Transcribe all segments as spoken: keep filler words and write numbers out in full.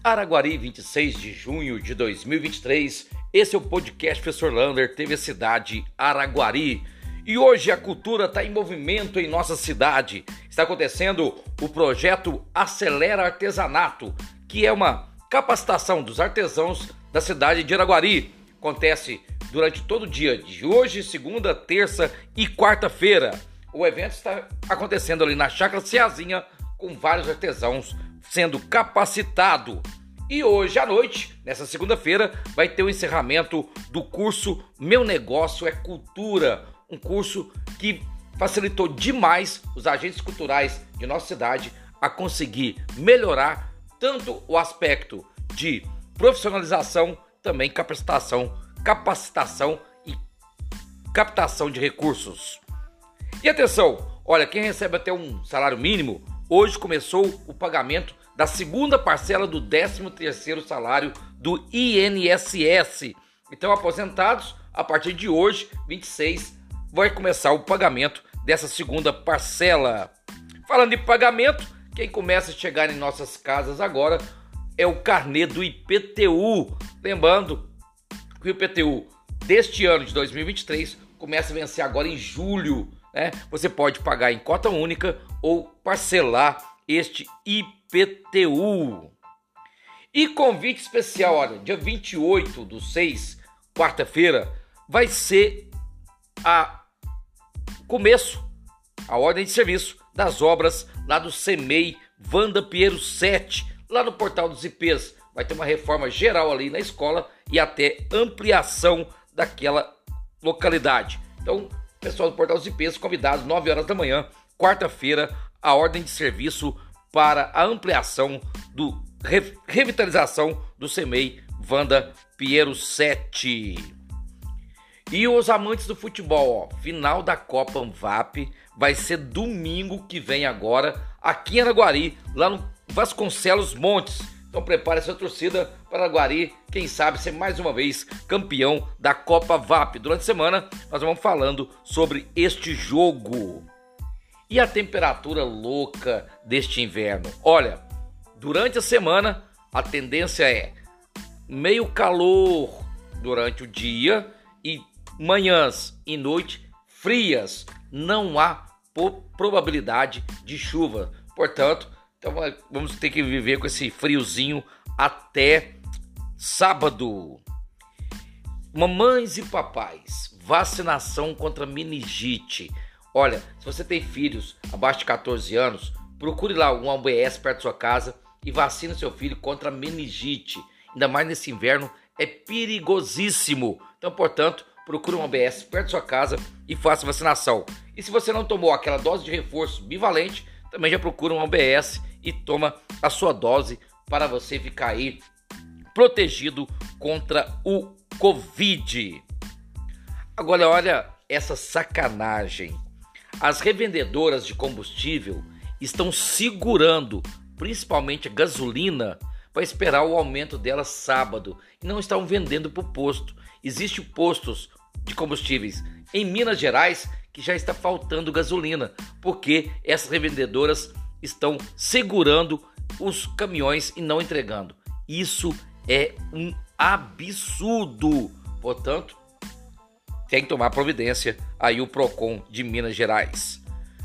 Araguari, vinte e seis de junho de dois mil e vinte e três. Esse é o podcast Professor Lander, T V Cidade Araguari. E hoje a cultura está em movimento em nossa cidade. Está acontecendo o projeto Acelera Artesanato, que é uma capacitação dos artesãos da cidade de Araguari. Acontece durante todo o dia de hoje, segunda, terça e quarta-feira. O evento está acontecendo ali na Chácara Ceazinha, com vários artesãos sendo capacitado. E hoje à noite, nessa segunda-feira, vai ter o encerramento do curso Meu Negócio é Cultura, um curso que facilitou demais os agentes culturais de nossa cidade a conseguir melhorar tanto o aspecto de profissionalização, também capacitação, capacitação e captação de recursos. E atenção, olha, quem recebe até um salário mínimo, hoje começou o pagamento da segunda parcela do décimo terceiro salário do I N S S. Então, aposentados, a partir de hoje, vinte e seis, vai começar o pagamento dessa segunda parcela. Falando de pagamento, quem começa a chegar em nossas casas agora é o carnê do I P T U. Lembrando que o I P T U deste ano de dois mil e vinte e três começa a vencer agora em julho. Né? Você pode pagar em cota única ou parcelar este I P T U. E convite especial, olha, dia vinte e oito do seis, quarta-feira, vai ser a começo, a ordem de serviço das obras lá do SEMEI Wanda Pinheiro sete, lá no Portal dos I Ps. Vai ter uma reforma geral ali na escola e até ampliação daquela localidade. Então, pessoal do Portal dos I Ps, convidados, nove horas da manhã, quarta-feira, a ordem de serviço para a ampliação do re, revitalização do SEMEI Wanda Pinheiro sete. E os amantes do futebol, ó, final da Copa Anvap vai ser domingo que vem agora, aqui em Araguari, lá no Vasconcelos Montes. Então prepare sua torcida para Araguari, quem sabe ser mais uma vez campeão da Copa V A P. Durante a semana nós vamos falando sobre este jogo. E a temperatura louca deste inverno? Olha, durante a semana a tendência é meio calor durante o dia e manhãs e noite frias. Não há probabilidade de chuva. Portanto, então vamos ter que viver com esse friozinho até sábado. Mamães e papais, vacinação contra meningite. Olha, se você tem filhos abaixo de catorze anos, procure lá um U B S perto da sua casa e vacine seu filho contra meningite. Ainda mais nesse inverno, é perigosíssimo. Então, portanto, procure um U B S perto da sua casa e faça vacinação. E se você não tomou aquela dose de reforço bivalente, também já procura um U B S e toma a sua dose para você ficar aí protegido contra o Covid. Agora, olha essa sacanagem. As revendedoras de combustível estão segurando, principalmente a gasolina, para esperar o aumento dela sábado e não estão vendendo para o posto. Existem postos de combustíveis em Minas Gerais que já está faltando gasolina, porque essas revendedoras estão segurando os caminhões e não entregando. Isso é um absurdo. Portanto, tem que tomar providência aí o Procon de Minas Gerais.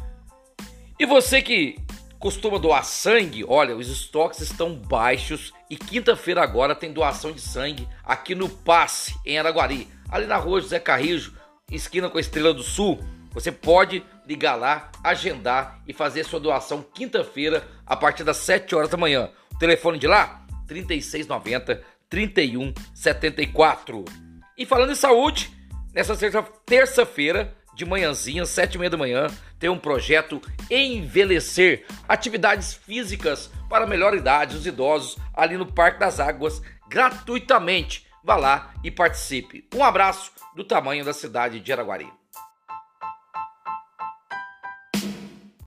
E você que costuma doar sangue, olha, os estoques estão baixos e quinta-feira agora tem doação de sangue aqui no Passe, em Araguari, ali na rua José Carrijo, esquina com a Estrela do Sul. Você pode ligar lá, agendar e fazer sua doação quinta-feira a partir das sete horas da manhã. O telefone de lá, trinta e seis noventa, trinta e um setenta e quatro. E falando em saúde, nessa terça-feira, de manhãzinha, sete e meia da manhã, tem um projeto Envelhecer, atividades físicas para melhor idade dos idosos ali no Parque das Águas, gratuitamente. Vá lá e participe. Um abraço do tamanho da cidade de Araguari.